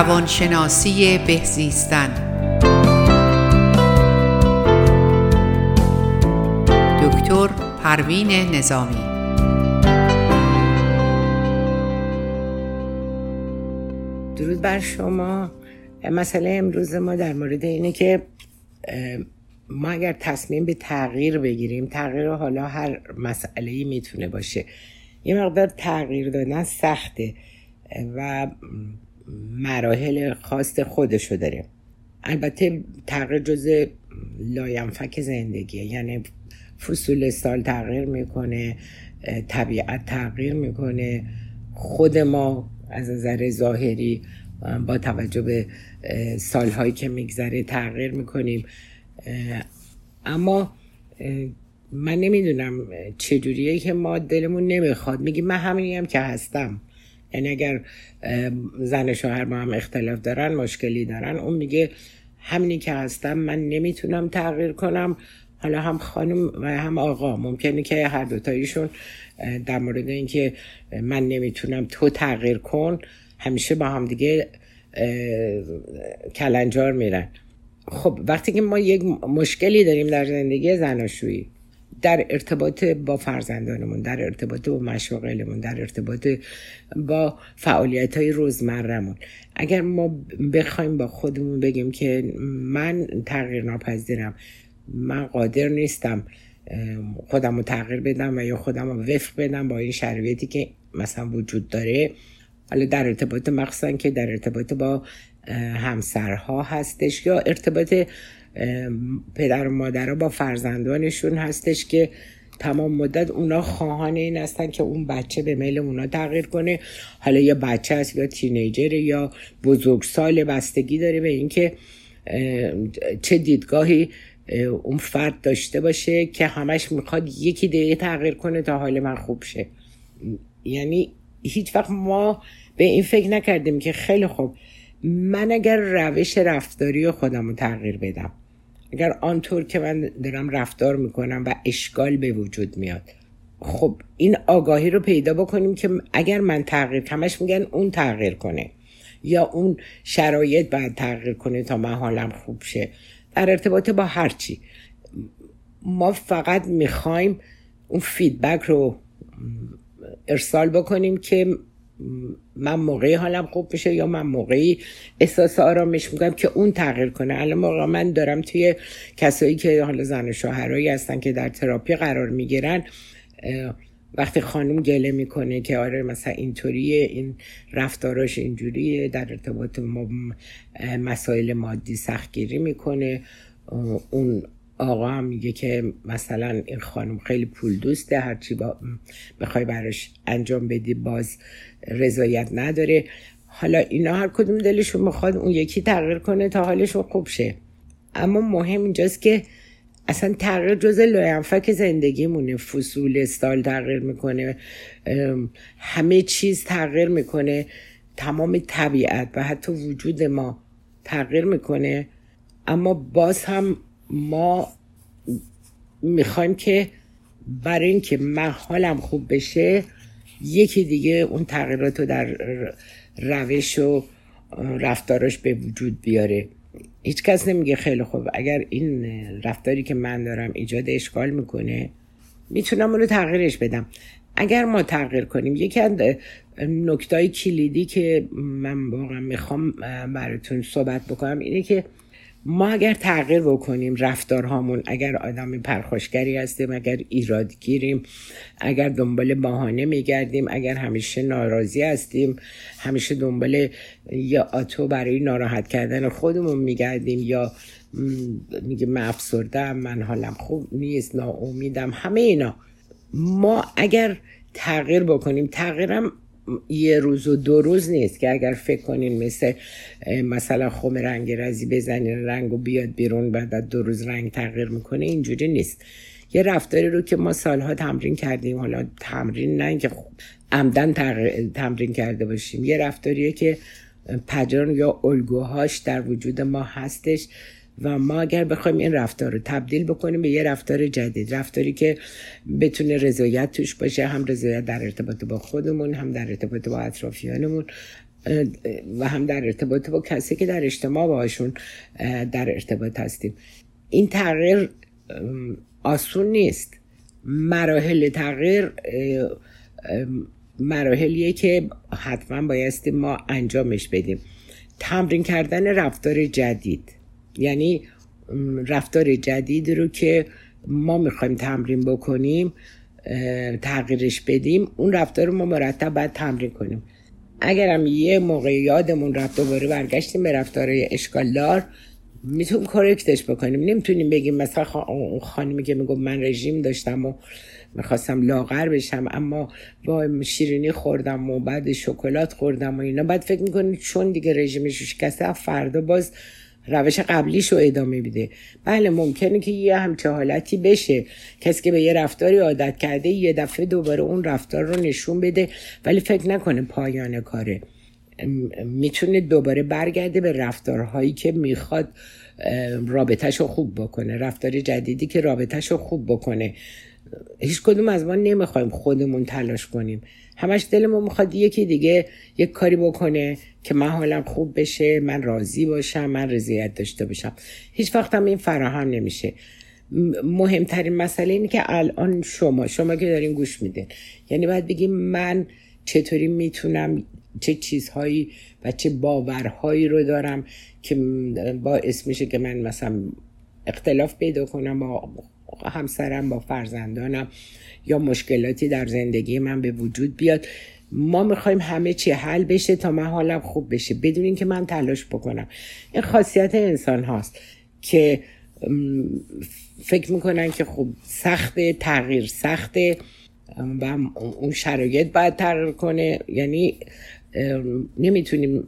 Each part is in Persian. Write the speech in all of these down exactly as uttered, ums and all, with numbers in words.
روانشناسی بهزیستن. دکتر پروین نظامی. درود بر شما. مسئله امروز ما در مورد اینه که ما اگر تصمیم به تغییر بگیریم، تغییر حالا هر مسئله‌ای میتونه باشه، یه مقدار تغییر دادن سخته و مراحل خاص خودشو داره. البته تغییر جزء لاینفک زندگیه، یعنی فصول سال تغییر میکنه، طبیعت تغییر میکنه، خود ما از نظر ظاهری با توجه به سالهایی که میگذره تغییر میکنیم. اما من نمیدونم چجوریه که ما دلمون نمیخواد میگیم من همینی هم که هستم. یعنی اگر زن و شوهر با هم اختلاف دارن، مشکلی دارن، اون میگه همینی که هستم، من نمیتونم تغییر کنم. حالا هم خانم و هم آقا ممکنه که هر دوتاییشون در مورد این که من نمیتونم تو تغییر کن همیشه با هم دیگه کلنجار میرن. خب وقتی که ما یک مشکلی داریم در زندگی زناشویی، در ارتباط با فرزندانمون، در ارتباط با مشاغلمون، در ارتباط با فعالیت‌های روزمره‌مون، اگر ما بخوایم با خودمون بگیم که من تغییر ناپذیرم، من قادر نیستم خودم رو تغییر بدم و یا خودم رو وفق بدم با این شرایطی که مثلا وجود داره، حالا در ارتباط مخصوصا که در ارتباط با همسرها هستش یا ارتباط پدر و مادرها با فرزندانشون هستش که تمام مدت اونا خواهان این هستن که اون بچه به میل اونا تغییر کنه. حالا یا بچه هست یا تینیجر یا بزرگسال، بستگی داره به این که چه دیدگاهی اون فرد داشته باشه که همش میخواد یکی دیگه تغییر کنه تا حال من خوب شه. یعنی هیچ وقت ما به این فکر نکردیم که خیلی خوب من اگر روش رفتاری خودم رو تغییر بدم، اگر آنطور که من دارم رفتار میکنم و اشکال به وجود میاد، خب این آگاهی رو پیدا بکنیم که اگر من تغییر، همش میگن اون تغییر کنه یا اون شرایط باید تغییر کنه تا من حالم خوب شه. در ارتباط با هر چی ما فقط میخوایم اون فیدبک رو ارسال بکنیم که من موقعی حالم خوب میشه یا من موقعی احساس آرامش میکنم که اون تغییر کنه. الان موقع من دارم توی کسایی که حالا زن و شوهرایی هستن که در تراپی قرار میگیرن، وقتی خانم گله میکنه که آره مثلا اینطوریه، این رفتاراش اینجوریه، در ارتباط ما مسائل مادی سختگیری میکنه، اون آقا هم میگه که مثلا این خانم خیلی پول دوسته، هرچی با بخوای براش انجام بدی باز رضایت نداره. حالا اینا هر کدوم دلشون میخواد اون یکی تغییر کنه تا حالشون خوب شه. اما مهم اینجاست که اصلا تغییر جزء لاینفک زندگیمونه. فصول سال تغییر میکنه، همه چیز تغییر میکنه، تمام طبیعت و حتی وجود ما تغییر میکنه. اما باز هم ما میخوایم که برای اینکه من حالم خوب بشه یکی دیگه اون تغییرات رو در روش و رفتاراش به وجود بیاره. هیچ کس نمیگه خیلی خوب اگر این رفتاری که من دارم ایجاد اشکال میکنه میتونم اون رو تغییرش بدم. اگر ما تغییر کنیم، یکی از نکتای کلیدی که من واقعا میخوام براتون صحبت بکنم اینه که ما اگر تغییر بکنیم رفتارهامون، اگر آدمی پرخاشگری هستیم، اگر ایرادگیریم، اگر دنبال بهانه میگردیم، اگر همیشه ناراضی هستیم، همیشه دنبال یه آتو برای ناراحت کردن خودمون میگردیم، یا میگه من افسردم، من حالم خوب نیست، ناامیدم، همه اینا، ما اگر تغییر بکنیم، تغییرم یه روز و دو روز نیست که اگر فکر کنین مثل مثلا خم رنگ رزی بزنین رنگ و بیاد بیرون بعد دو روز رنگ تغییر میکنه، اینجوری نیست. یه رفتاری رو که ما سالها تمرین کردیم، حالا تمرین نه اینکه عمدن تمرین کرده باشیم، یه رفتاریه که پدران یا الگوهاش در وجود ما هستش و ما اگر بخوایم این رفتار رو تبدیل بکنیم به یه رفتار جدید، رفتاری که بتونه رضایت توش باشه، هم رضایت در ارتباط با خودمون، هم در ارتباط با اطرافیانمون، و هم در ارتباط با کسی که در اجتماع باشون در ارتباط هستیم. این تغییر آسون نیست. مراحل تغییر مراحلیه که حتما بایستی ما انجامش بدیم. تمرین کردن رفتار جدید، یعنی رفتار جدید رو که ما میخوایم تمرین بکنیم، تغییرش بدیم، اون رفتار رو ما مرتب باید تمرین کنیم. اگرم یه موقع یادمون رفت دوباره برگشتیم به رفتار اشکالدار، میتونیم کرکتش بکنیم. نمیتونیم بگیم مثلا اون خانمی که میگم من رژیم داشتم و میخواستم لاغر بشم اما با شیرینی خوردم و بعد شکلات خوردم و اینا، بعد فکر میکنید چون دیگه رژیمش شکسته فردا باز روش قبلیشو ادامه میده. بله ممکنه که یه همچه حالتی بشه، کسی که به یه رفتاری عادت کرده یه دفعه دوباره اون رفتار رو نشون بده، ولی فکر نکنه پایان کاره. میتونه دوباره برگرده به رفتارهایی که میخواد رابطهشو خوب بکنه، رفتار جدیدی که رابطهشو خوب بکنه. هیچ کدوم از ما نمیخوایم خودمون تلاش کنیم، همش دلمون میخواد یکی دیگه یک کاری بکنه که من حالم خوب بشه، من راضی باشم، من رضایت داشته باشم. هیچ وقت هم این فراهم نمیشه. مهمترین مسئله اینه که الان شما شما که دارین گوش میدین، یعنی باید بگیم من چطوری میتونم، چه چیزهایی و چه باورهایی رو دارم که باعث میشه که من مثلا اختلاف پیدا کنم با همسرم، با فرزندانم، یا مشکلاتی در زندگی من به وجود بیاد. ما میخوایم همه چی حل بشه تا من حالم خوب بشه بدون اینکه من تلاش بکنم. این خاصیت انسان هاست که فکر میکنن که خب سخته، تغییر سخته و اون شرایط باید تغییر کنه. یعنی نمیتونیم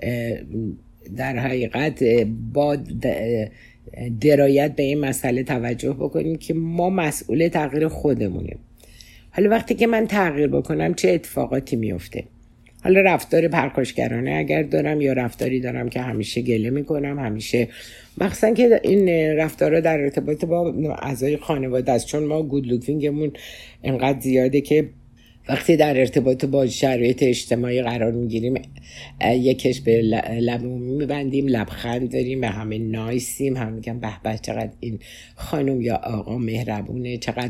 در حقیقت با درایت به این مسئله توجه بکنیم که ما مسئول تغییر خودمونیم. حالا وقتی که من تغییر بکنم چه اتفاقاتی میفته؟ حالا رفتار پرخاشگرانه اگر دارم یا رفتاری دارم که همیشه گله میکنم، همیشه مخصوصا که این رفتارها در ارتباط با اعضای خانواده است، چون ما گود لوکینگمون انقدر زیاده که وقتی در ارتباط با شرایط اجتماعی قرار میگیریم یکش به لبمون میبندیم، لبخند داریم، به همه نایسیم، هم میگم به به چقدر این خانم یا آقا مهربونه، چقدر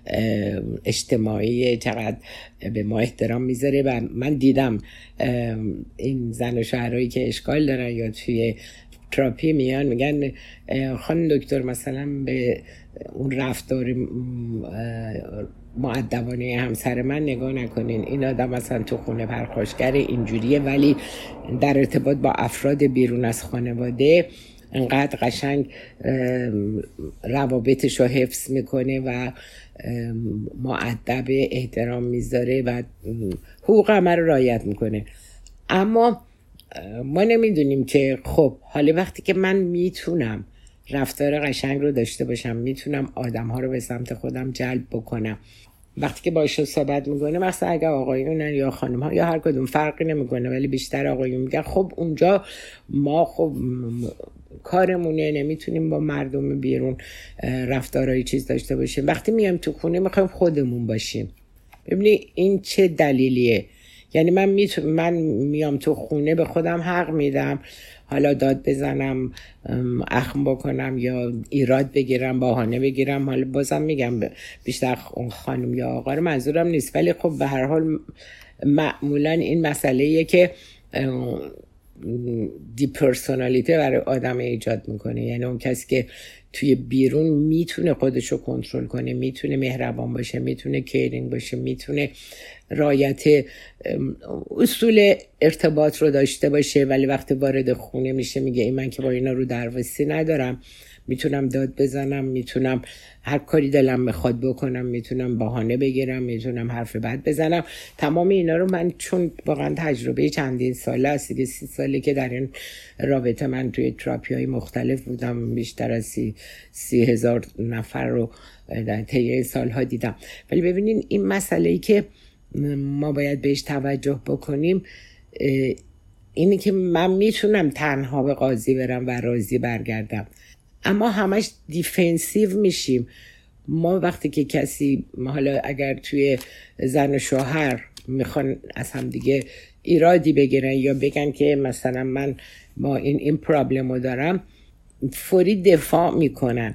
اجتماعیه، چقدر به ما احترام میذاره. و من دیدم این زن و شوهرایی که اشکال دارن یا توی تراپی میان میگن خانم دکتر مثلا به اون رفتار مؤدبانه همسر من نگاه نکنین، این آدم مثلا تو خونه پرخاشگر اینجوریه ولی در ارتباط با افراد بیرون از خانواده انقدر قشنگ روابطش رو حفظ میکنه و مؤدب، احترام میذاره و حقوق همه رو رعایت میکنه. اما ما نمیدونیم که خب حالا وقتی که من میتونم رفتار قشنگ رو داشته باشم، میتونم آدم ها رو به سمت خودم جلب بکنم، وقتی که باهاش صحبت میکنه مثلا اگه آقایونن یا خانم ها یا هر کدوم فرقی نمیکنه ولی بیشتر آقایون میگن خب اونجا ما خب کارمونه، نمیتونیم با مردم بیرون رفتارهای چیز داشته باشیم، وقتی میایم تو خونه میخوایم خودمون باشیم. ببینی این چه دلیلیه؟ یعنی من میتونم من میام تو خونه به خودم حق میدم، حالا داد بزنم، اخم بکنم یا ایراد بگیرم، بهانه بگیرم. حالا بازم میگم بیشتر اون خانم یا آقا رو منظورم نیست، ولی خب به هر حال معمولا این مسئله‌ایه که دی پرسونالیته برای آدم ایجاد میکنه. یعنی اون کسی که توی بیرون میتونه خودشو کنترل کنه، میتونه مهربان باشه، میتونه کیرینگ باشه، میتونه رعایت اصول ارتباط رو داشته باشه، ولی وقتی وارد خونه میشه میگه این من که با اینا رو درواسی ندارم، میتونم داد بزنم، میتونم هر کاری دلم میخواد بکنم، میتونم بهانه بگیرم، میتونم حرف بد بزنم. تمام اینا رو من چون واقعا تجربه چندین ساله است، دیگه سی ساله که در این رابطه من توی تراپی های مختلف بودم، بیشتر از سی, سی هزار نفر رو در طی سالها دیدم. ولی ببینین این مسئله‌ای که ما باید بهش توجه بکنیم اینه که من میتونم تنها به قاضی برم و راضی برگردم، اما همش دیفنسیو میشیم. ما وقتی که کسی، حالا اگر توی زن و شوهر میخوان از هم دیگه ایرادی بگیرن یا بگن که مثلا من با این این پرابلمو دارم، فوری دفاع میکنن.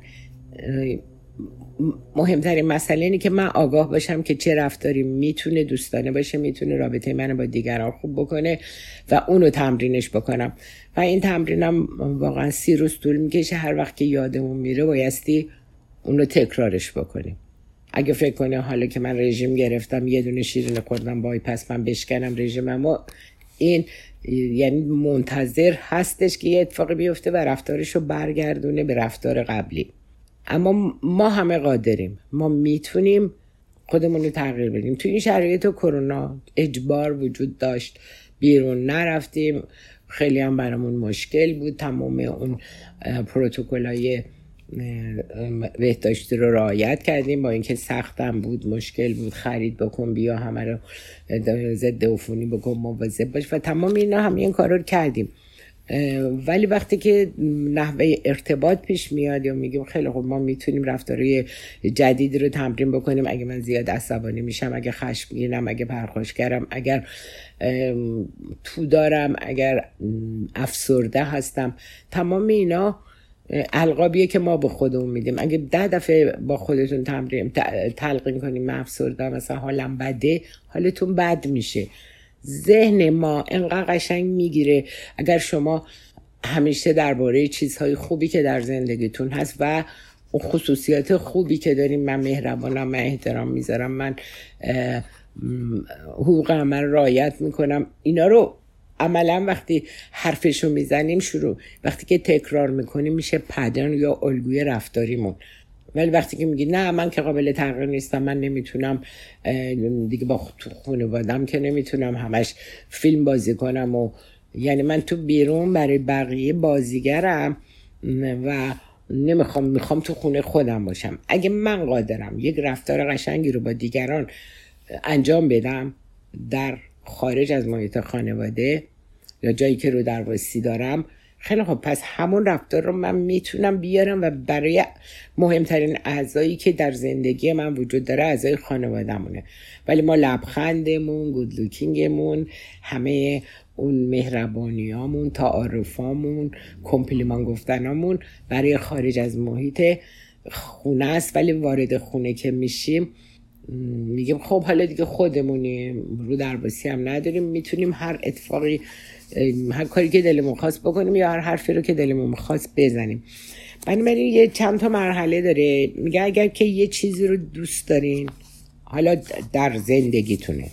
مهمترین مسئله اینه که من آگاه باشم که چه رفتاری میتونه دوستانه باشه، میتونه رابطه منو با دیگران خوب بکنه و اونو تمرینش بکنم. و این تمرینم واقعا سی روز طول میکشه. هر وقت که یادمون میره بایستی اونو تکرارش بکنیم. اگه فکر کنه حالا که من رژیم گرفتم یه دونه شیرینی خوردم وای پس من بشکنم رژیممو، این یعنی منتظر هستش که یه اتفاقی بیفته و رفتارشو برگردونه به رفتار قبلی. اما ما همه قادریم، ما میتونیم خودمون رو تغییر بدیم. تو این شرایط کرونا اجبار وجود داشت، بیرون نرفتیم، خیلی هم برامون مشکل بود، تمام اون پروتکل‌های بهداشتی رو رعایت کردیم، با اینکه سختم بود، مشکل بود، خرید بکن بیا همه رو ضد عفونی بکن مواظب باش و تمام اینا هم این کارا رو کردیم. ولی وقتی که نحوه ارتباط پیش میاد یا میگیم خیلی خوب ما میتونیم رفتارهای جدیدی رو تمرین بکنیم، اگه من زیاد عصبانی میشم، اگه خشمگینم، اگه پرخاشگرم، اگر تو دارم، اگر افسرده هستم، تمام اینا القابیه که ما به خودمون میدیم. اگه ده دفعه با خودتون تمرین تلقین کنیم من افسردم، مثلا حالم بده، حالتون بد میشه. ذهن ما انقدر قشنگ میگیره اگر شما همیشه درباره چیزهای خوبی که در زندگیتون هست و اون خصوصیات خوبی که داریم، من مهربانم، من احترام میذارم، من حقوق من رعایت میکنم، اینا رو عملا وقتی حرفشو میزنیم شروع، وقتی که تکرار میکنیم میشه پدرن یا الگوی رفتاریمون. ولی وقتی که میگی نه من که قابل تغییر نیستم، من نمیتونم دیگه با خانواده‌ام که نمیتونم همش فیلم بازی کنم و یعنی من تو بیرون برای بقیه بازیگرم و نمیخوام، میخوام تو خونه خودم باشم. اگه من قادرم یک رفتار قشنگی رو با دیگران انجام بدم در خارج از محیط خانواده یا جایی که رو درواسی دارم، خیلی خب پس همون رفتار رو من میتونم بیارم و برای مهمترین اعضایی که در زندگی من وجود داره، اعضای خانواده‌مونه. ولی ما لبخندمون، گود لوکینگمون، همه اون مهربانیامون، تعارفامون، کمپلیمان گفتنامون برای خارج از محیط خونه است. ولی وارد خونه که میشیم میگیم خب حالا دیگه خودمونیم، رو درباسی هم نداریم، میتونیم هر اتفاقی، هر کاری که دلمون خواست بکنیم یا هر حرفی رو که دلمون خواست بزنیم. بنابراین یه چند تا مرحله داره. میگه اگر که یه چیزی رو دوست دارین، حالا در زندگیتونه،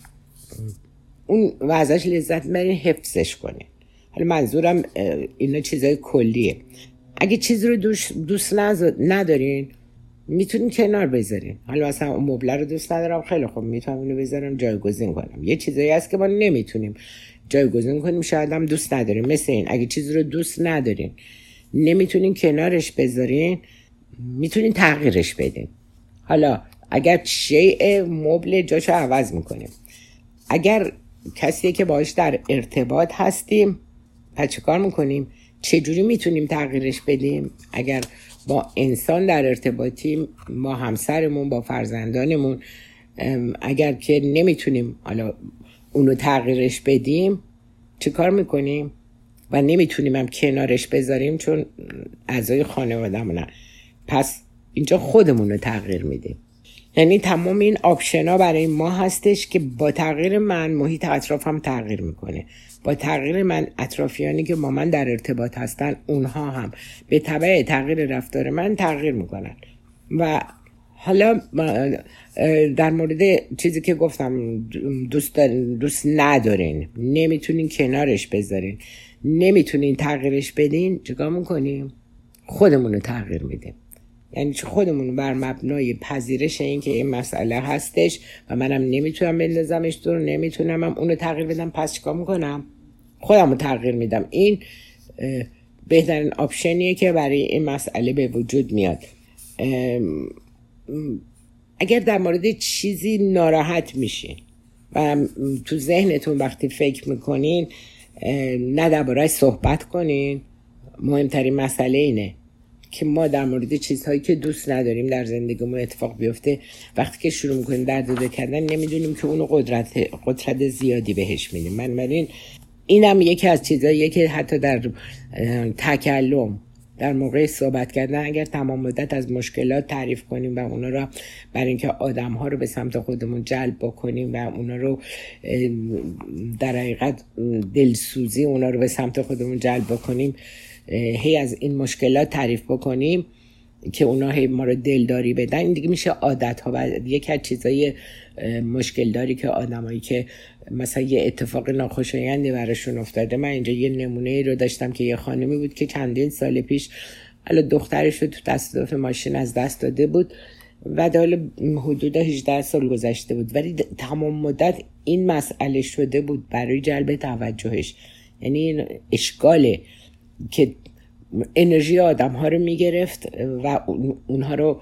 اون و ازش لذت میبرین، حفظش کنین. حالا منظورم اینا چیزای کلیه. اگه چیزی رو دوست ندارین میتونین کنار بذارین. حالا مثلا اون مبله رو دوست ندارم، خیلی خوب میتونم اینو بذارم جایگزین کنم. یه چیزایی هست که ما نمیتونیم جایگزین کنیم، شاید هم دوست نداریم. مثل این اگه چیزی رو دوست ندارین نمیتونین کنارش بذارین، میتونین تغییرش بدین. حالا اگر شیء مبل جاشو عوض میکنیم، اگر کسی که باهاش در ارتباط هستیم پس چه کار میکنیم؟ چجوری میتونیم تغییرش بدیم؟ اگر با انسان در ارتباطیم، با همسرمون، با فرزندانمون، اگر که نمیتونیم حالا اونو تغییرش بدیم چه کار میکنیم؟ و نمیتونیم هم کنارش بذاریم چون اعضای خانواده‌مونن، پس اینجا خودمون رو تغییر میدیم. یعنی تمام این آپشنا برای ما هستش که با تغییر من محیط اطرافم تغییر میکنه، با تغییر من اطرافیانی که با من در ارتباط هستن اونها هم به تبع تغییر رفتار من تغییر میکنن. و حالا در مورد چیزی که گفتم دوست دوست ندارین، نمیتونین کنارش بذارین، نمیتونین تغییرش بدین، چیکار میکنیم؟ خودمون رو تغییر میدیم. یعنی چه خودمون بر مبنای پذیرش این که این مسئله هستش و منم نمیتونم بندازمش دور، نمیتونم هم اونو تغییر بدم، پس چیکار میکنم؟ خودم رو تغییر میدم. این بهترین آپشنیه که برای این مسئله به وجود میاد. اگر در مورد چیزی ناراحت میشین و تو ذهنتون وقتی فکر میکنین نه درباره‌اش صحبت کنین. مهمترین مسئله اینه که ما در مورد چیزهایی که دوست نداریم در زندگیمون اتفاق بیفته، وقتی که شروع میکنیم درد دل کردن نمیدونیم که اونو قدرت قدرت زیادی بهش میدیم. من من اینم یکی از چیزاییه که حتی در تکلم، در موقع صحبت کردن، اگر تمام مدت از مشکلات تعریف کنیم و اونا رو برای اینکه آدم‌ها رو به سمت خودمون جلب بکنیم و اونا رو در حقیقت دلسوزی اونا رو به سمت خودمون جلب بکنیم، هی از این مشکلات تعریف بکنیم که اونا هی ما رو دلداری بدن، این دیگه میشه عادت ها. و یکی از چیزای مشکل داری که آدمایی که مثلا یه اتفاق ناخوشایندی براشون افتاده، من اینجا یه نمونه رو داشتم که یه خانمی بود که چندین سال پیش حالا دخترش رو تو تصادف ماشین از دست داده بود و حالا حدود هجده سال گذشته بود، ولی تمام مدت این مسئله شده بود برای جلب توجهش. یعنی این اشکاله که انرژی آدم ها رو میگرفت و اونها رو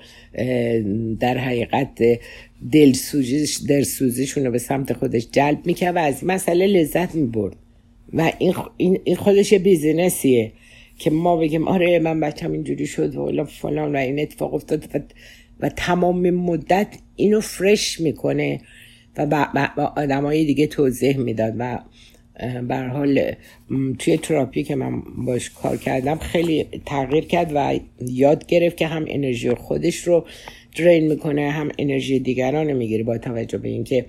در حقیقت دلسوزیش دلسوزیشون رو به سمت خودش جلب میکرد و از مسئله لذت میبرد. و این این خودش بیزینسیه که ما بگیم آره من بچم اینجوری شد و فلان و این اتفاق افتاد و, و تمام مدت اینو فرش میکنه و با آدمای دیگه توضیح میداد. و به هر حال توی تراپی که من باش کار کردم خیلی تغییر کرد و یاد گرفت که هم انرژی خودش رو درین میکنه هم انرژی دیگران رو میگیره، با توجه به اینکه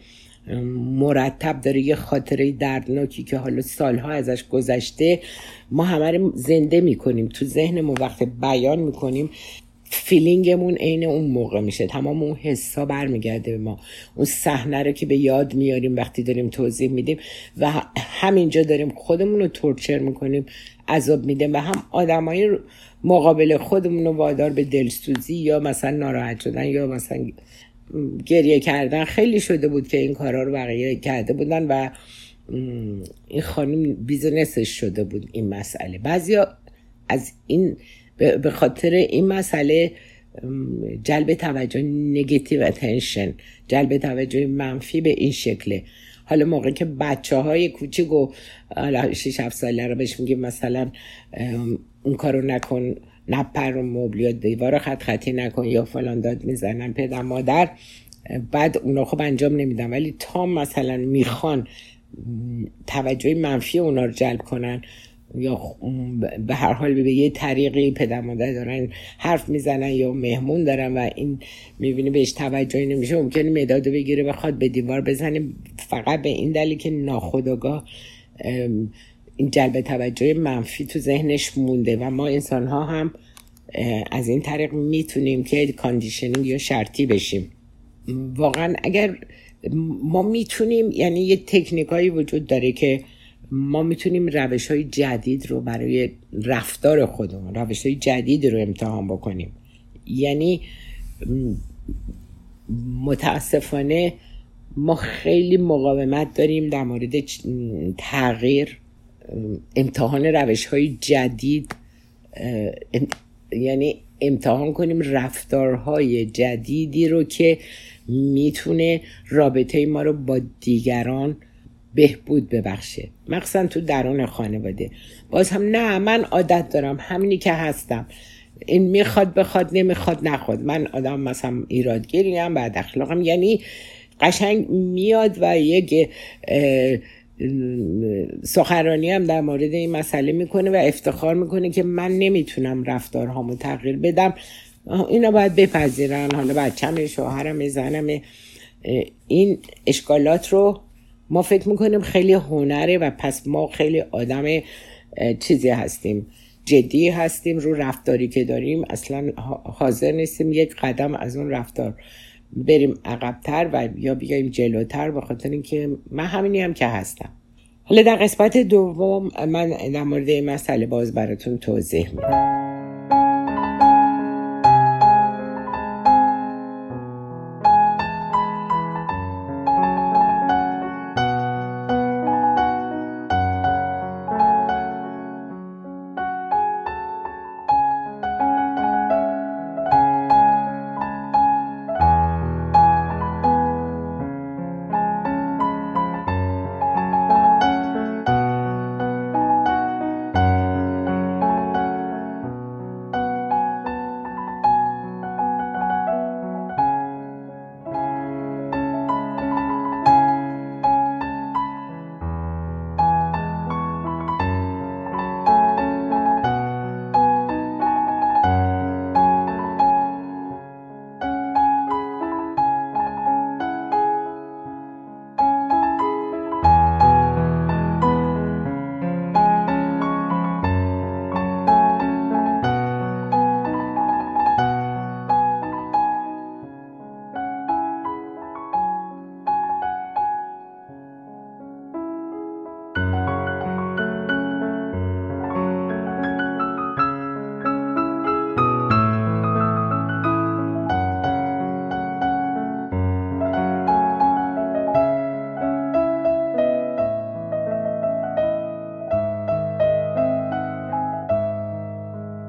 مرتب داره یه خاطره دردناکی که حالا سالها ازش گذشته ما همه رو زنده میکنیم تو ذهنمون. وقتی بیان میکنیم فیلینگمون عین اون موقع میشه، تمام اون حسا برمیگرده به ما، اون صحنه رو که به یاد میاریم وقتی داریم توضیح میدیم و همینجا داریم خودمون رو تورچر میکنیم، عذاب میدیم و هم آدمای مقابل خودمون رو وادار به دلسوزی یا مثلا ناراحت شدن یا مثلا گریه کردن خیلی شده بود که این کارا رو بقیه کرده بودن و این خانم بیزنسش شده بود این مسئله. بعضیا از این به خاطر این مسئله جلب توجه نگاتیو اتنشن، جلب توجه منفی به این شکله. حالا موقعی که بچه های کوچیک و شش هفت ساله رو بهش میگیم مثلا اون کارو نکن، نپر و مبل یا دیوار خط خطی نکن یا فلان، داد میزنن پدر مادر، بعد اونا خب انجام نمیدن، ولی تا مثلا میخوان توجه منفی اونا رو جلب کنن یا به هر حال به یه طریقی پدر مادر دارن حرف میزنن یا مهمون دارن و این میبینی بهش توجهی نمیشه، ممکنه مداد بگیره بخواد به دیوار بزنه، فقط به این دلیل که ناخودآگاه این جلب توجه منفی تو ذهنش مونده. و ما انسان ها هم از این طریق میتونیم که کاندیشنینگ یا شرطی بشیم. واقعا اگر ما میتونیم، یعنی یه تکنیکایی وجود داره که ما میتونیم روش‌های جدید رو برای رفتار خودمون، روش‌های جدید رو امتحان بکنیم. یعنی متاسفانه ما خیلی مقاومت داریم در مورد تغییر، امتحان روش‌های جدید، یعنی امتحان کنیم رفتارهای جدیدی رو که میتونه رابطه ما رو با دیگران بهبود ببخشه، مخصوصا تو درون خانواده. باز هم نه من عادت دارم همینی که هستم، این میخواد بخواد نمیخواد نخواد، من آدم مثلا ایرادگیریم بعد اخلاقم، یعنی قشنگ میاد و یک سخنرانی هم در مورد این مسئله میکنه و افتخار میکنه که من نمیتونم رفتارهامو تغییر بدم، اینا باید بپذیرن، حالا بچه‌م، شوهرم، زنم. این اشکالات رو ما فکر میکنیم خیلی هنره و پس ما خیلی آدم چیزی هستیم، جدی هستیم رو رفتاری که داریم، اصلا حاضر نیستیم یک قدم از اون رفتار بریم عقب‌تر و یا بیایم جلوتر، به خاطر اینکه من همینی هم که هستم. حالا در قسمت دوم من در مورد این مسئله باز براتون توضیح میدم.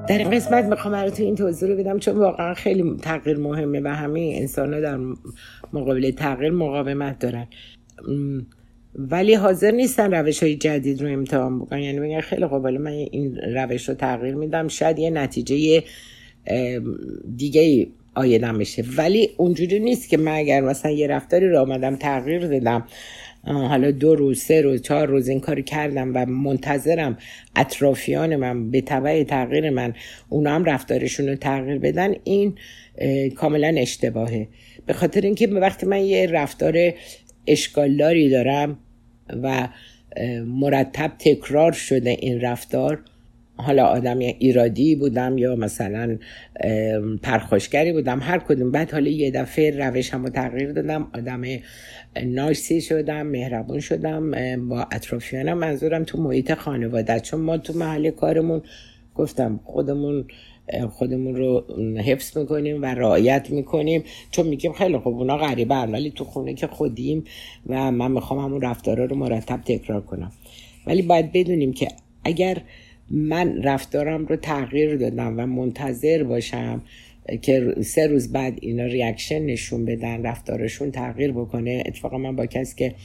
در این قسمت میخوام براتون این توضیح رو بدم، چون واقعا خیلی تغییر مهمه و همه انسان ها در مقابل تغییر مقاومت دارن، ولی حاضر نیستن روش های جدید رو امتحان بکنن. یعنی میگن خیلی خب ولی من این روش رو تغییر میدم، شاید یه نتیجه دیگه آیدم بشه. ولی اونجوری نیست که من اگر مثلا یه رفتاری رو آمدم تغییر دادم، حالا دو روز سه روز چهار روز این کار کردم و منتظرم اطرافیان من به تبع تغییر من اونا هم رفتارشون رو تغییر بدن، این کاملا اشتباهه. به خاطر اینکه وقتی من یه رفتار اشکالداری دارم و مرتب تکرار شده این رفتار، حالا آدم ایرادی بودم یا مثلا پرخاشگری بودم، هر کدوم، بعد حالا یه دفعه روشم رو تغییر دادم، آدم نایسی شدم، مهربون شدم با اطرافیانم، منظورم تو محیط خانواده، چون ما تو محل کارمون گفتم خودمون خودمون رو حفظ میکنیم و رعایت میکنیم، چون میگیم خیلی خوب اونا غریبه ان، ولی تو خونه که خودیم و من میخوام همون رفتارا رو مرتب تکرار کنم. ولی باید بدونیم که اگر من رفتارم رو تغییر دادم و منتظر باشم که سه روز بعد اینا ریاکشن نشون بدن، رفتارشون تغییر بکنه. اتفاقا من با کسی که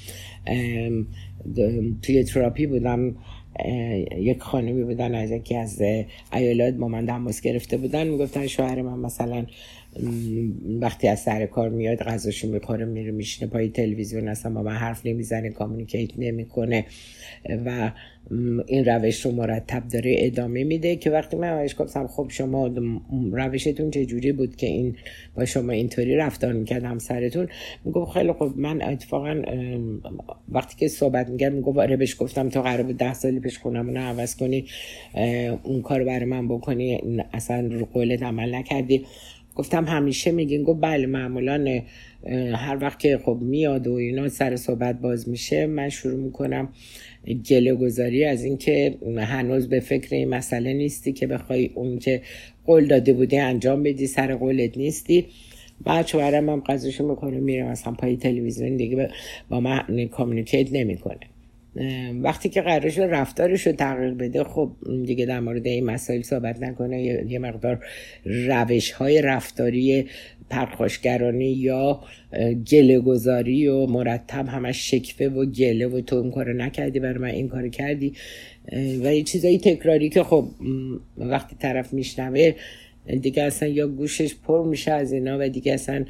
توی تراپی بودم، یک خانمی بودن از یکی از ایالات با من تماس گرفته بودن، میگفتن شوهر من مثلا وقتی از سر کار میاد غذاشو میخوره میره میشینه پای تلویزیون، اصلا با من حرف نمیزنه، کامیونیکیت نمیکنه و این روش رو مرتب داره ادامه میده. که وقتی من بهش گفتم خب شما روشتون چجوری بود که این با شما اینطوری رفتار میکرد همسرتون، میگفت خیلی خب من اتفاقا وقتی که صحبت میگم میگفت آره، بهش گفتم تو قرار بود ده سالی پیش خونمون رو عوض کنی، اون کار برای من بکنی، اصلا رو قولت عمل نکردی. گفتم همیشه میگین؟ گفت بله، معمولا هر وقت که خب میاد و اینا سر صحبت باز میشه، من شروع میکنم گله گذاری از این که هنوز به فکر این مسئله نیستی که بخوای اون که قول داده بودی انجام بدی، سر قولت نیستی. بعد شوهرم هم قضاشو میکنه میره مثلا پای تلویزیون، دیگه با من کامیونیکیت نمیکنه. وقتی که قرار شد رفتارش رو تغییر بده، خب دیگه در مورد این مسائل صحبت نکنه، یه مقدار روش های رفتاری پرخاشگرانی یا گله گذاری و مرتب همش شکوه و گله و تو این کارو نکردی برای من این کارو کردی و یه چیزایی تکراری که خب وقتی طرف میشنوه دیگه اصلا یا گوشش پر میشه از اینا و دیگه اصلا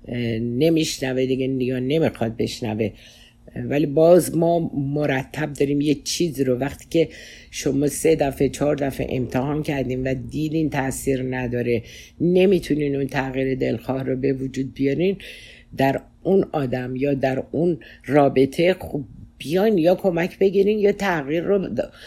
نمیشنوه دیگه یا نمیخواد بشنوه. ولی باز ما مرتب داریم یه چیز رو، وقتی که شما سه دفعه چهار دفعه امتحان کردین و دیدین تاثیر نداره، نمیتونین اون تغییر دلخواه رو به وجود بیارین در اون آدم یا در اون رابطه، خب بیاین یا کمک بگیرین یا تغییر رو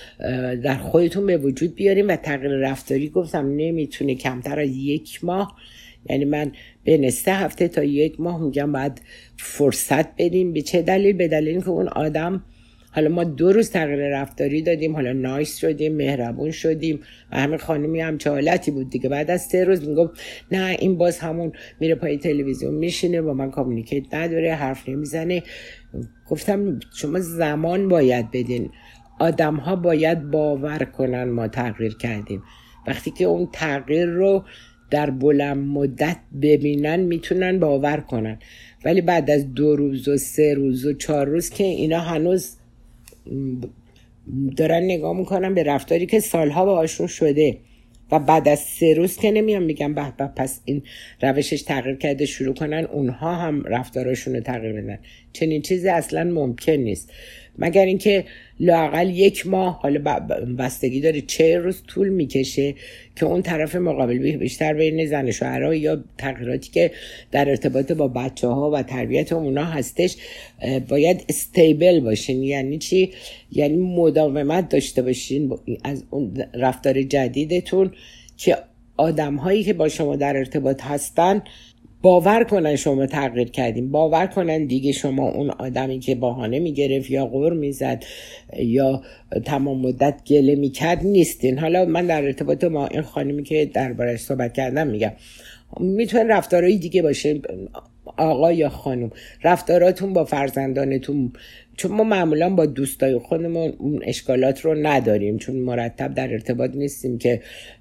در خودتون به وجود بیارین. و تغییر رفتاری گفتم نمیتونه کمتر از یک ماه، یعنی من بین سه هفته تا یک ماه میگم باید فرصت بدیم. به چه دلیل؟ به دلیل که اون آدم، حالا ما دو روز تغییر رفتاری دادیم، حالا نایس شدیم، مهربون شدیم و همین خانمی هم چه حالتی بود دیگه، بعد از سه روز میگم نه این باز همون میره پای تلویزیون میشینه، با من کامیونیکیت نداره، حرف نمیزنه. گفتم شما زمان باید بدین، آدم ها باید باور کنن ما تغییر کردیم. وقتی که اون تغییر رو در بلند مدت ببینن میتونن باور کنن، ولی بعد از دو روز و سه روز و چهار روز که اینا هنوز دارن نگاه میکنن به رفتاری که سالها باهاشون شده و بعد از سه روز که نمیان میگن به به پس این روشش تغییر کرده، شروع کنن اونها هم رفتاراشون رو تغییر بدن. چنین چیزی اصلا ممکن نیست، مگر اینکه لااقل یک ماه، حالا بستگی داره چه روز طول میکشه که اون طرف مقابل بیشتر بین زن و شوهرها یا تغییراتی که در ارتباط با بچه ها و تربیت اونا هستش باید استیبل باشین. یعنی چی؟ یعنی مداومت داشته باشین از اون رفتار جدیدتون که آدم هایی که با شما در ارتباط هستن باور کنن شما تغییر کردین، باور کنن دیگه شما اون آدمی که بهانه میگرفت یا غر میزد یا تمام مدت گله میکرد نیستین. حالا من در ارتباط با این خانمی که دربارش صحبت کردم میگم میتونه رفتارهای دیگه باشه، آقا یا خانم رفتاراتون با فرزندانتون، چون ما معمولا با دوستای خودمون اون اشکالات رو نداریم، چون مرتب در ارتباط نیستیم که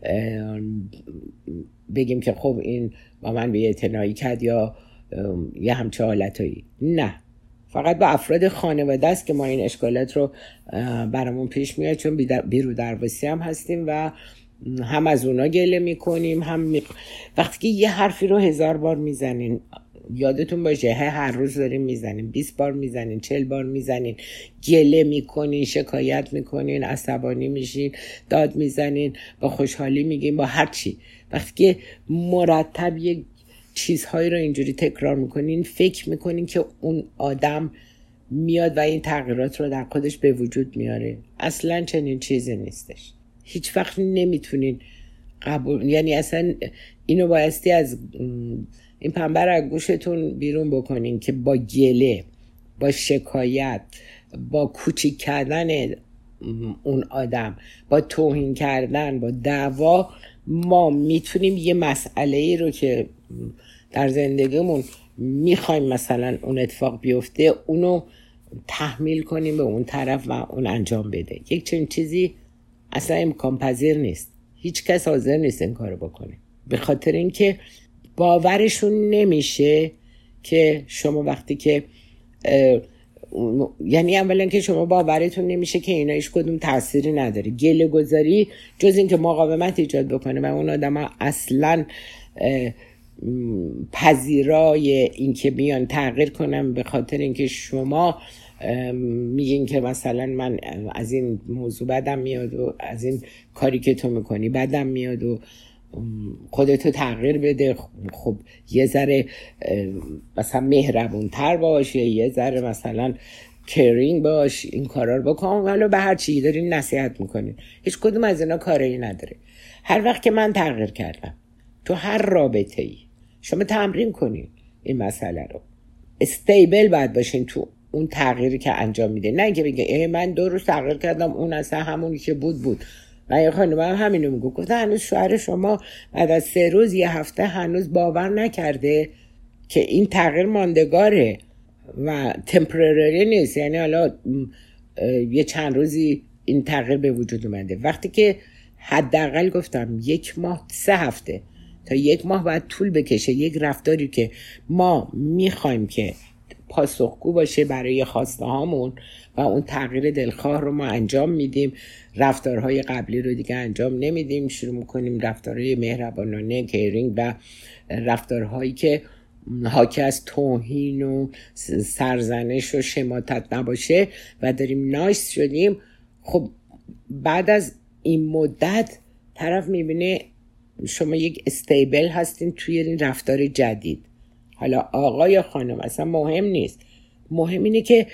بگیم که خب این با من بی‌اعتنایی کرد یا یه همچه حالتایی. نه، فقط با افراد خانواده است که ما این اشکالات رو برامون پیش میاد، چون بیرو درواسی هم هستیم و هم از اونا گله میکنیم، هم می... وقتی که یه حرفی رو هزار بار میزنین، یادتون باشه هر روز داریم میزنین، بیست بار میزنین، چهل بار میزنین، گله میکنین، شکایت میکنین، عصبانی میشین، داد میزنین، با خوشحالی میگین، با هر چی. وقتی که مرتب یه چیزهایی رو اینجوری تکرار میکنین، فکر میکنین که اون آدم میاد و این تغییرات رو در خودش به وجود میاره. اصلا چنین چیزی نیستش. هیچ وقت نمیتونین قبول، یعنی اصلا اینو بایستی از این پنبه رو از گوشتون بیرون بکنین که با گله، با شکایت، با کوچیک کردن اون آدم، با توهین کردن، با دعوا ما میتونیم یه مسئله ای رو که در زندگیمون میخوایم مثلا اون اتفاق بیفته اونو تحمیل کنیم به اون طرف و اون انجام بده. یک چنین چیزی اصلا امکان پذیر نیست. هیچ کس حاضر نیست این کارو بکنه، به خاطر اینکه باورشون نمیشه که شما وقتی که یعنی اولا که شما باورتون نمیشه که اینا هیچ کدوم تأثیری نداره. گله گذاری جز این که مقاومت ایجاد بکنه و اون آدم ها اصلا پذیرای این که بیان تغییر کنم به خاطر اینکه شما میگین که مثلا من از این موضوع بدم میاد و از این کاری که تو میکنی بدم میاد و خودتو تغییر بده، خب یه ذره مثلا مهربون تر باش یا یه ذره مثلا کرینگ باش، این کارا رو بکن، ولی به هر چی دارین نصیحت میکنین. هیچ کدوم از اینا کاری نداره. هر وقت که من تغییر کردم تو هر رابطه ای، شما تمرین کنین این مسئله رو، استیبل باید باشین تو اون تغییری که انجام میده. نه اینکه بگه من دو روز تغییر کردم اون اصلا همونی که بود بود. و یه خانم هم همینو میگو، گفته هنوز شوهر شما بعد از سه روز یه هفته هنوز باور نکرده که این تغییر ماندگاره و تمپرری نیست، یعنی حالا یه چند روزی این تغییر به وجود اومده. وقتی که حداقل گفتم یک ماه، سه هفته تا یک ماه باید طول بکشه یک رفتاری که ما میخوایم که پاسخگو باشه برای خواسته هامون و اون تغییر دلخواه رو ما انجام میدیم، رفتارهای قبلی رو دیگه انجام نمیدیم، شروع میکنیم رفتارهای مهربانانه، کیرینگ و رفتارهایی که حاکی از توهین و سرزنش و شماتت نباشه و داریم نایس شدیم. خب بعد از این مدت طرف میبینه شما یک استیبل هستین توی این رفتار جدید. حالا آقا یا خانم اصلا مهم نیست، مهم اینه که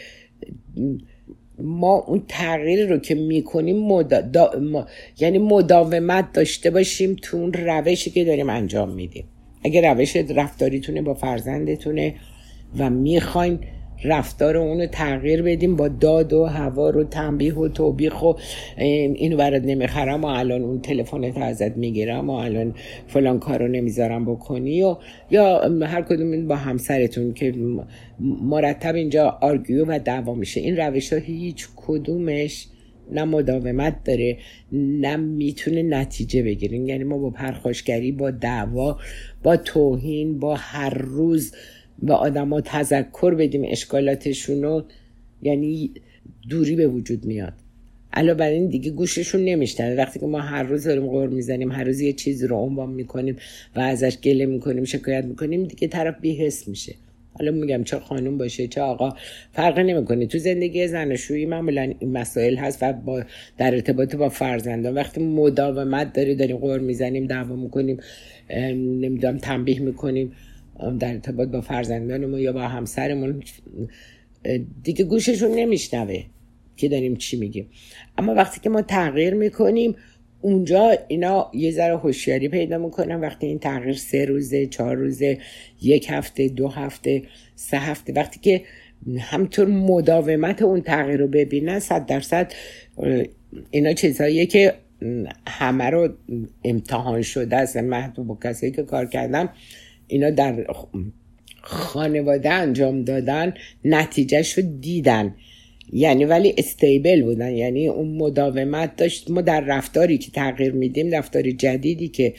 ما اون تغییر رو که میکنیم مدا... دا... ما... یعنی مداومت داشته باشیم تو اون روشی که داریم انجام میدیم. اگه روش رفتاریتونه با فرزندتونه و میخواین رفتار اونو تغییر بدیم با داد و هوا رو تنبیه و توبیخ و اینو برات نمیخرم و الان اون تلفنت ازت میگیرم و الان فلان کارو نمیذارم بکنی و یا هر کدوم با همسرتون که مرتب اینجا آرگیو و دعوا میشه، این روش ها هیچ کدومش نه مداومت داره نه میتونه نتیجه بگیرین. یعنی ما با پرخاشگری، با دعوا، با توهین، با هر روز به آدم ها تذکر بدیم اشکالاتشونو، یعنی دوری به وجود میاد. علاوه بر این دیگه گوششون نمیشنوه. وقتی که ما هر روز داریم غر میزنیم، هر روز یه چیزی رو عنوان میکنیم و ازش گله میکنیم، شکایت میکنیم، دیگه طرف بی‌حس میشه. حالا میگم چه خانم باشه چه آقا فرق نمیکنه. تو زندگی زناشویی معمولا این مسائل هست و با در ارتباط با فرزندان وقتی مداومت داری داریم غر میزنیم، دعوا میکنیم، نمیدونم تنبیه میکنیم در ارتباط با فرزندانمون یا با همسرمون، دیگه گوششون نمیشنوه که داریم چی میگیم. اما وقتی که ما تغییر میکنیم اونجا اینا یه ذره هوشیاری پیدا میکنن. وقتی این تغییر سه روزه، چهار روزه، یک هفته، دو هفته، سه هفته، وقتی که همطور مداومت اون تغییر رو ببینن، صد درصد اینا چیزهاییه که همه رو امتحان شده است. من با کسایی که کار کردم اینا در خانواده انجام دادن نتیجهش رو دیدن، یعنی ولی استیبل بودن، یعنی اون مداومت داشت. ما در رفتاری که تغییر میدیم، رفتار جدیدی که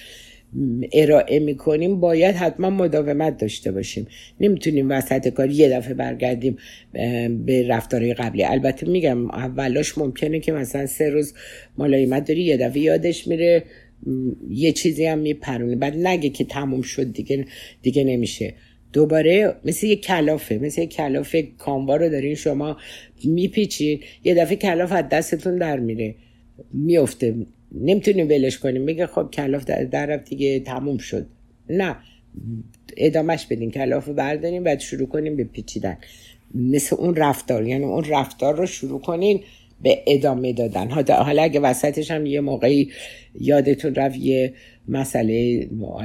ارائه میکنیم، باید حتما مداومت داشته باشیم. نمیتونیم وسط کار یه دفعه برگردیم به رفتارهای قبلی. البته میگم اولاش ممکنه که مثلا سه روز ملایمت داری، یه دفعه یادش میره، یه چیزی هم میپرونه، بعد نگه که تموم شد دیگه دیگه نمیشه. دوباره مثل یه کلافه، مثل یه کلافه کاموا رو دارین شما میپیچین، یه دفعه کلاف از دستتون در میره، میفته، نمیتونیم ولش کنیم بگه خب کلاف در, در رفت دیگه تموم شد. نه، ادامهش بدین، کلاف رو برداریم بعد شروع کنیم به پیچیدن. مثل اون رفتار، یعنی اون رفتار رو شروع کنین به ادامه دادن. حالا اگه وسطش هم یه موقعی یادتون رفت یه مسئله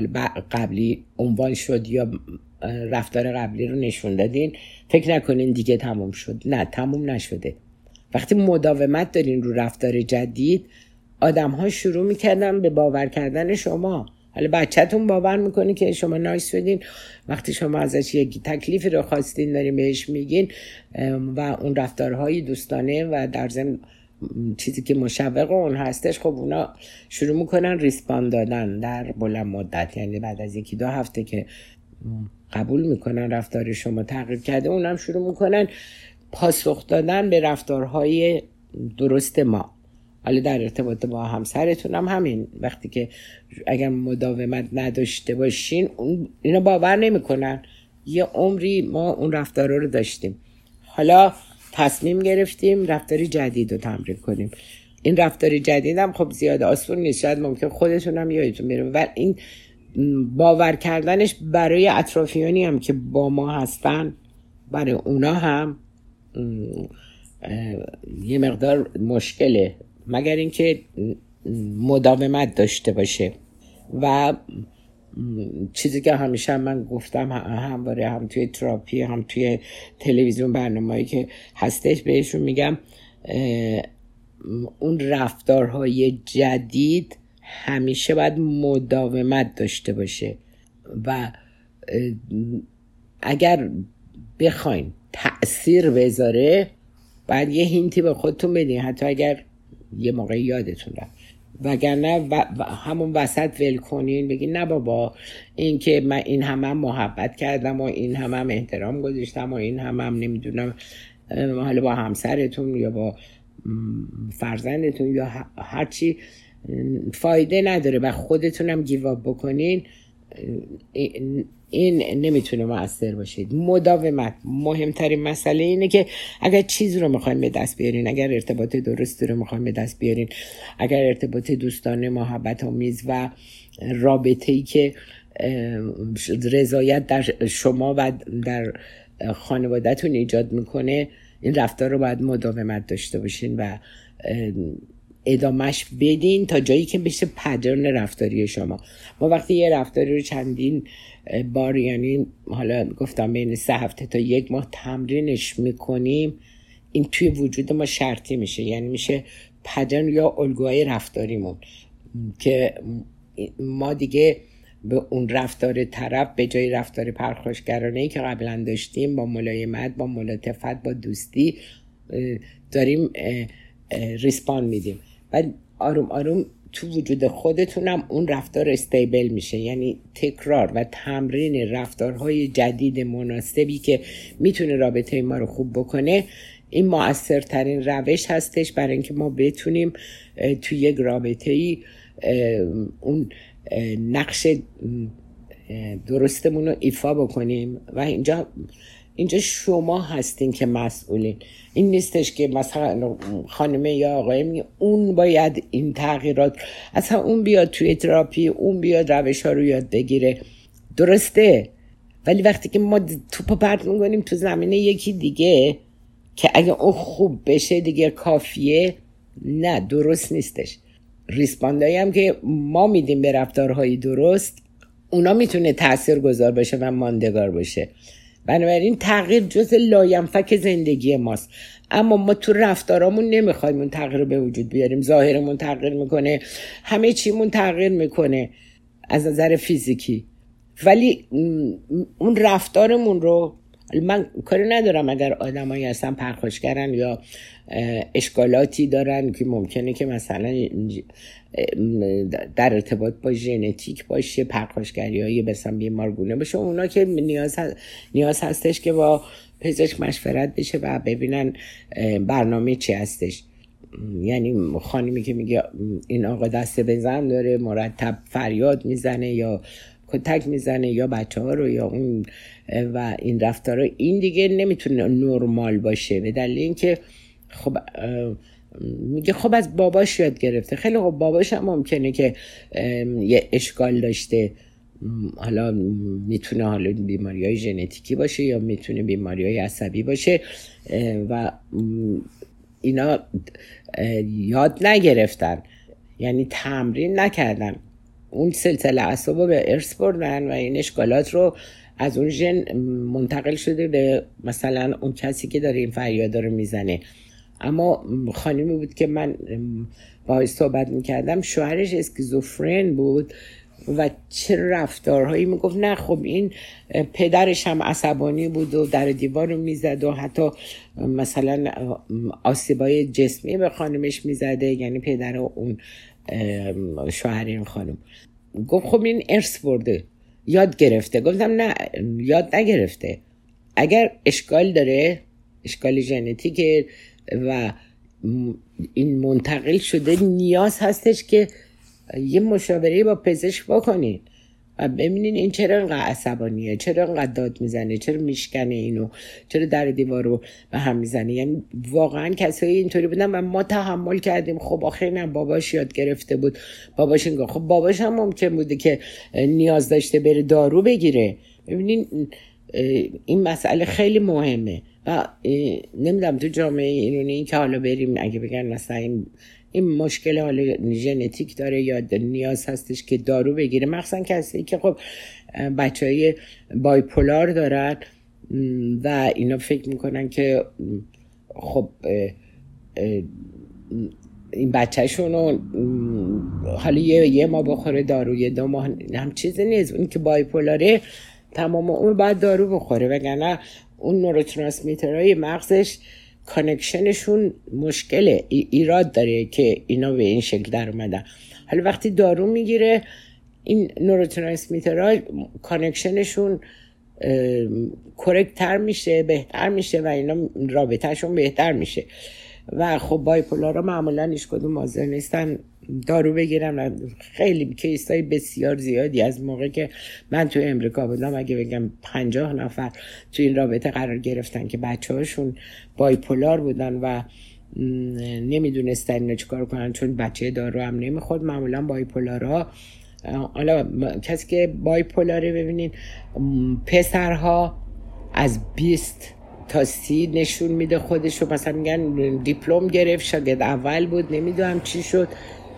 قبلی عنوان شد یا رفتار قبلی رو نشون دادین، فکر نکنین دیگه تموم شد. نه، تموم نشده. وقتی مداومت دارین رو رفتار جدید، آدم ها شروع میکردن به باور کردن شما. حالا بچه‌تون باور میکنه که شما نایس شدین، وقتی شما ازش یک تکلیفی رو خواستین دارین بهش میگین و اون رفتارهای دوستانه و در ضمن چیزی که مشوق اون هستش، خب اونا شروع میکنن ریسپاند دادن در بلند مدت. یعنی بعد از یکی دو هفته که قبول میکنن رفتار شما تغییر کرده، اونم شروع میکنن پاسخ دادن به رفتارهای درست ما. حالا در ارتباط با همسرتون هم همین، وقتی که اگر مداومت نداشته باشین، اینا باور نمیکنن. یه عمری ما اون رفتارا رو داشتیم، حالا تصمیم گرفتیم رفتاری جدید رو تمرین کنیم. این رفتاری جدید هم خب زیاد آسون نیست، شاید ممکن خودتون هم یادتون بره، و این باور کردنش برای اطرافیانی هم که با ما هستن، برای اونا هم یه مقدار مشکله، مگر اینکه مداومت داشته باشه. و چیزی که همیشه من گفتم همواره، هم توی تراپی هم توی تلویزیون برنامه‌ای که هستش، بهشون میگم اون رفتارهای جدید همیشه باید مداومت داشته باشه و اگر بخواین تأثیر بذاره باید یه هینتی به خودتون بدین، حتی اگر یه موقع یادتون رفت، وگرنه و همون وسط ول کنین، بگین نه بابا، این که من این همه هم محبت کردم و این همه هم احترام گذاشتم و این همه هم نمیدونم حالا با همسرتون یا با فرزندتون یا هرچی فایده نداره و خودتونم گیواب بکنین، این نمیتونه مؤثر باشید. مداومت. مهمترین مسئله اینه که اگر چیزی رو میخواین به دست بیارین، اگر ارتباط درستی رو میخواین به دست بیارین، اگر ارتباط دوستانه، محبت آمیز و رابطه‌ای که رضایت در شما و در خانواده‌تون ایجاد میکنه، این رفتار رو باید مداومت داشته باشین و ادامهش بدین تا جایی که بشه پدرن رفتاری شما. ما وقتی یه رفتاری رو چندین بار، یعنی حالا گفتم بین سه هفته تا یک ماه تمرینش میکنیم، این توی وجود ما شرطی میشه، یعنی میشه پدرن یا الگوهای رفتاریمون که ما دیگه به اون رفتار طرف به جای رفتار پرخاشگرانه‌ای که قبلا داشتیم، با ملایمت، با ملاطفت، با دوستی داریم ریسپان میدیم و آروم آروم تو وجود خودتونم اون رفتار استیبل میشه. یعنی تکرار و تمرین رفتارهای جدید مناسبی که میتونه رابطه ما رو خوب بکنه، این مؤثرترین روش هستش برای اینکه ما بتونیم تو یک رابطه‌ای اون نقش درستمون رو ایفا بکنیم. و اینجا اینجا شما هستین که مسئولین. این نیستش که مثلا خانمه یا آقای میگه اون باید این تغییرات، اصلا اون بیاد توی تراپی، اون بیاد روش ها رو یاد بگیره، درسته، ولی وقتی که ما توپو پرت میکنیم تو زمینه یکی دیگه که اگه اون خوب بشه دیگه کافیه، نه، درست نیستش. ریسپاندایی هم که ما میدیم به رفتارهای درست، اونا میتونه تأثیر گذار باشه و ماندگار باشه. بنابراین تغییر جزء لاینفک زندگی ماست، اما ما تو رفتارامون نمیخوایم اون تغییر رو به وجود بیاریم. ظاهرمون تغییر میکنه، همه چیمون تغییر میکنه از نظر فیزیکی، ولی اون رفتارمون رو، من کاری ندارم اگر آدمایی هستن پرخاشگرن یا اشکالاتی دارن که ممکنه که مثلا در ارتباط با ژنتیک باشه، پرخاشگری های مثلا بیمارگونه باشه، اونا که نیاز هست نیاز هستش که با پزشک مشورت بشه و ببینن برنامه چی هستش. یعنی خانمی که میگه این آقا دست به زن داره، مرتب فریاد میزنه یا کتک میزنه یا بچه ها رو یا اون و این رفتارها، این دیگه نمیتونه نرمال باشه، به دلیل اینکه خب میگه خب از باباش یاد گرفته. خیلی خب باباش هم ممکنه که یه اشکال داشته، حالا میتونه حالا بیماری های ژنتیکی باشه یا میتونه بیماری های عصبی باشه و اینا یاد نگرفتن، یعنی تمرین نکردن، اون سلسله اعصاب رو به ارث بردن و این اشکالات رو از اون ژن منتقل شده به مثلا اون کسی که داره این فریادا رو میزنه. اما خانمی بود که من باهاش صحبت میکردم، شوهرش اسکیزوفرن بود و چه رفتارهایی میگفت. نه خب این پدرش هم عصبانی بود و در دیوار رو میزد و حتی مثلا آسیبای جسمی به خانمش میزده، یعنی پدر اون شوهر این خانم. گفت خب این ارث برده، یاد گرفته. گفتم نه، یاد نگرفته. اگر اشکال داره، اشکال ژنتیکه و این منتقل شده، نیاز هستش که یه مشاوره با پزشک بکنین و ببینین این چرا اینقدر عصبانیه، چرا اینقدر داد میزنه، چرا میشکنه اینو، چرا در دیوار رو به هم میزنه. یعنی واقعا کسایی اینطوری بودن و ما تحمل کردیم. خب آخه نه، باباش یاد گرفته بود، باباش اینگاه. خب باباش هم ممکن بوده که نیاز داشته بره دارو بگیره. ببینین این مسئله خیلی مهمه و نمیدونم تو جامعه ایرانی این که حالا بریم اگه بگن مثلا این این مشکل حالا ژنتیک داره یا نیاز هستش که دارو بگیره، مخصوصا کسی که خب بچهای بایپولار دارن و اینا فکر میکنن که خب این بچهشونو حالا یه, یه ما بخوره دارو، یه دو ماه، هم چیزی نیست. اون که بایپولاره تمام اون باید دارو بخوره، وگرنه اون نوروترانسمیترهای مغزش کانکشنشون مشکله، ای ایراد داره که اینا به این شکل در اومدن. حالا وقتی دارو میگیره این نوروترانسمیترها کانکشنشون کرکت تر میشه، بهتر میشه و اینا رابطهشون بهتر میشه. و خب بایپولارا معمولا هیچ کدوم حاضر نیستن دارو بگیرن. خیلی کیسای بسیار زیادی از موقع که من توی امریکا بودم، اگه بگم پنجاه نفر توی این رابطه قرار گرفتن که بچه هاشون بایپولار بودن و نمیدونستن اینو چیکار کنن چون بچه دارو هم نمیخورد. معمولا بایپولارها، حالا کسی که بایپولاره ببینین پسرها از بیست تا سی نشون میده خودشو، مثلا میگن دیپلم گرفت، شاگرد اول بود، نمیدونم چی شد،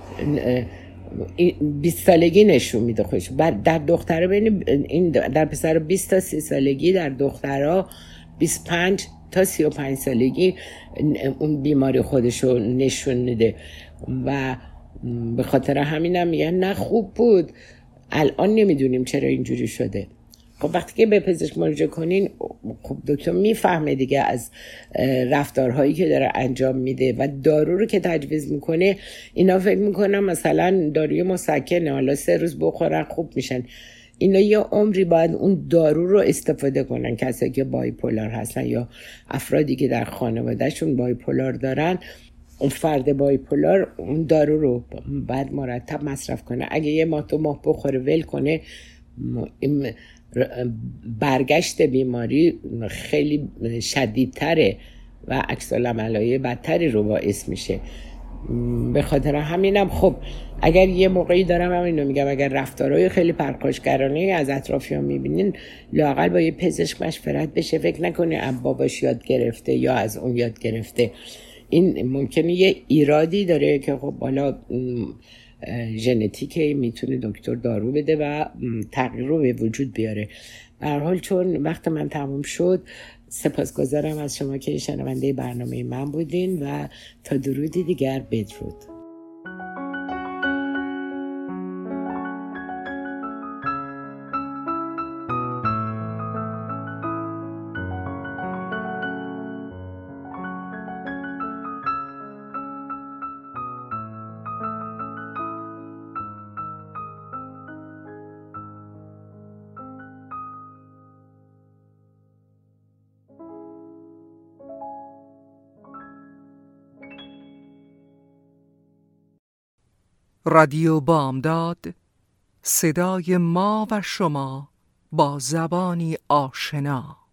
بیست سالگی نشون میده خودشو. در دختره ببین این در پسر بیست تا سی سالگی، در دخترها بیست و پنج تا سی و پنج سالگی اون بیماری خودشو نشون میده و به خاطر همینم میگن نه خوب بود، الان نمیدونیم چرا اینجوری شده. خب وقتی که به پزشک مراجعه کنین، خب دکتر میفهمه دیگه از رفتارهایی که داره انجام میده و دارو رو که تجویز میکنه. اینا فکر میکنن مثلا داروی مسکنه، حالا سه روز بخورن خوب میشن. اینا یه عمری باید اون دارو رو استفاده کنن. کسایی که بایپولار هستن یا افرادی که در خانوادهشون بایپولار دارن، اون فرد بایپولار اون دارو رو باید مرتب مصرف کنه. اگه یه ماه دو ماه بخوره ول کنه، برگشت بیماری خیلی شدیدتره و عکس العمل‌های بدتری رو باعث میشه. به خاطر همینم خب اگر یه موقعی دارم هم اینو میگم، اگر رفتارهای خیلی پرخاشگرانه از اطرافیان میبینین، لااقل با یه پزشک مشورت بشه. فکر نکنه از باباش یاد گرفته یا از اون یاد گرفته. این ممکنه یه ایرادی داره که خب بالا ژنتیکه، میتونه دکتر دارو بده و تغییر رو به وجود بیاره. به هر حال چون وقت من تموم شد، سپاسگزارم از شما که شنونده برنامه من بودین و تا درودی دیگر بدرود. رادیو بامداد، صدای ما و شما با زبانی آشنا.